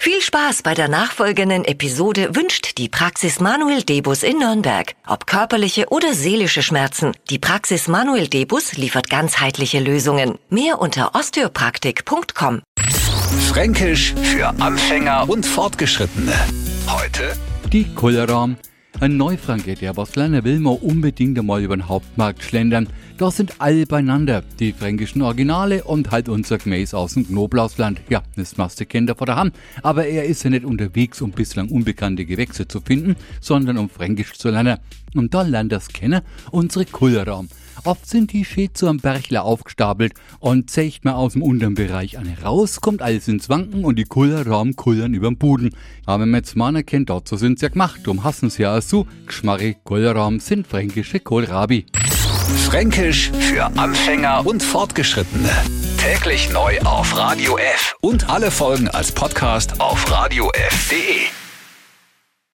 Viel Spaß bei der nachfolgenden Episode wünscht die Praxis Manuel Debus in Nürnberg. Ob körperliche oder seelische Schmerzen, die Praxis Manuel Debus liefert ganzheitliche Lösungen. Mehr unter osteopraktik.com. Fränkisch für Anfänger und Fortgeschrittene. Heute die Kullerraum. Ein Neufranke, der was lernen will, muss unbedingt einmal über den Hauptmarkt schlendern. Da sind alle beieinander, die fränkischen Originale und halt unser Gemäß aus dem Knoblausland. Ja, das machst du Kinder vor der Hand. Aber er ist ja nicht unterwegs, um bislang unbekannte Gewächse zu finden, sondern um Fränkisch zu lernen. Und da lernt das kennen, unsere Kullerraum. Oft sind die schön zu einem Berchler aufgestapelt und zeigt man aus dem unteren Bereich eine raus, kommt alles ins Wanken und die Kullerraum kullern überm Buden. Aber wenn man jetzt mal erkennt, dazu sind sie ja gemacht, drum hassen sie ja auch so. Geschmarre Kullerraum sind fränkische Kohlrabi. Fränkisch für Anfänger und Fortgeschrittene. Täglich neu auf Radio F und alle Folgen als Podcast auf radiof.de.